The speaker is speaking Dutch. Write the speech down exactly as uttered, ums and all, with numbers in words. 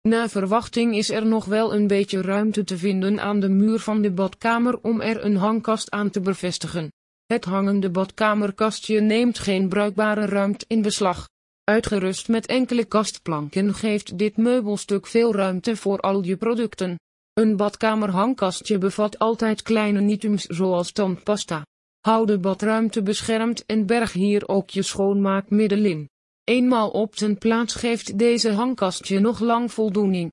Naar verwachting is er nog wel een beetje ruimte te vinden aan de muur van de badkamer om er een hangkast aan te bevestigen. Het hangende badkamerkastje neemt geen bruikbare ruimte in beslag. Uitgerust met enkele kastplanken geeft dit meubelstuk veel ruimte voor al je producten. Een badkamerhangkastje bevat altijd kleine items zoals tandpasta. Hou de badruimte beschermd en berg hier ook je schoonmaakmiddel in. Eenmaal op zijn plaats geeft deze hangkastje nog lang voldoening.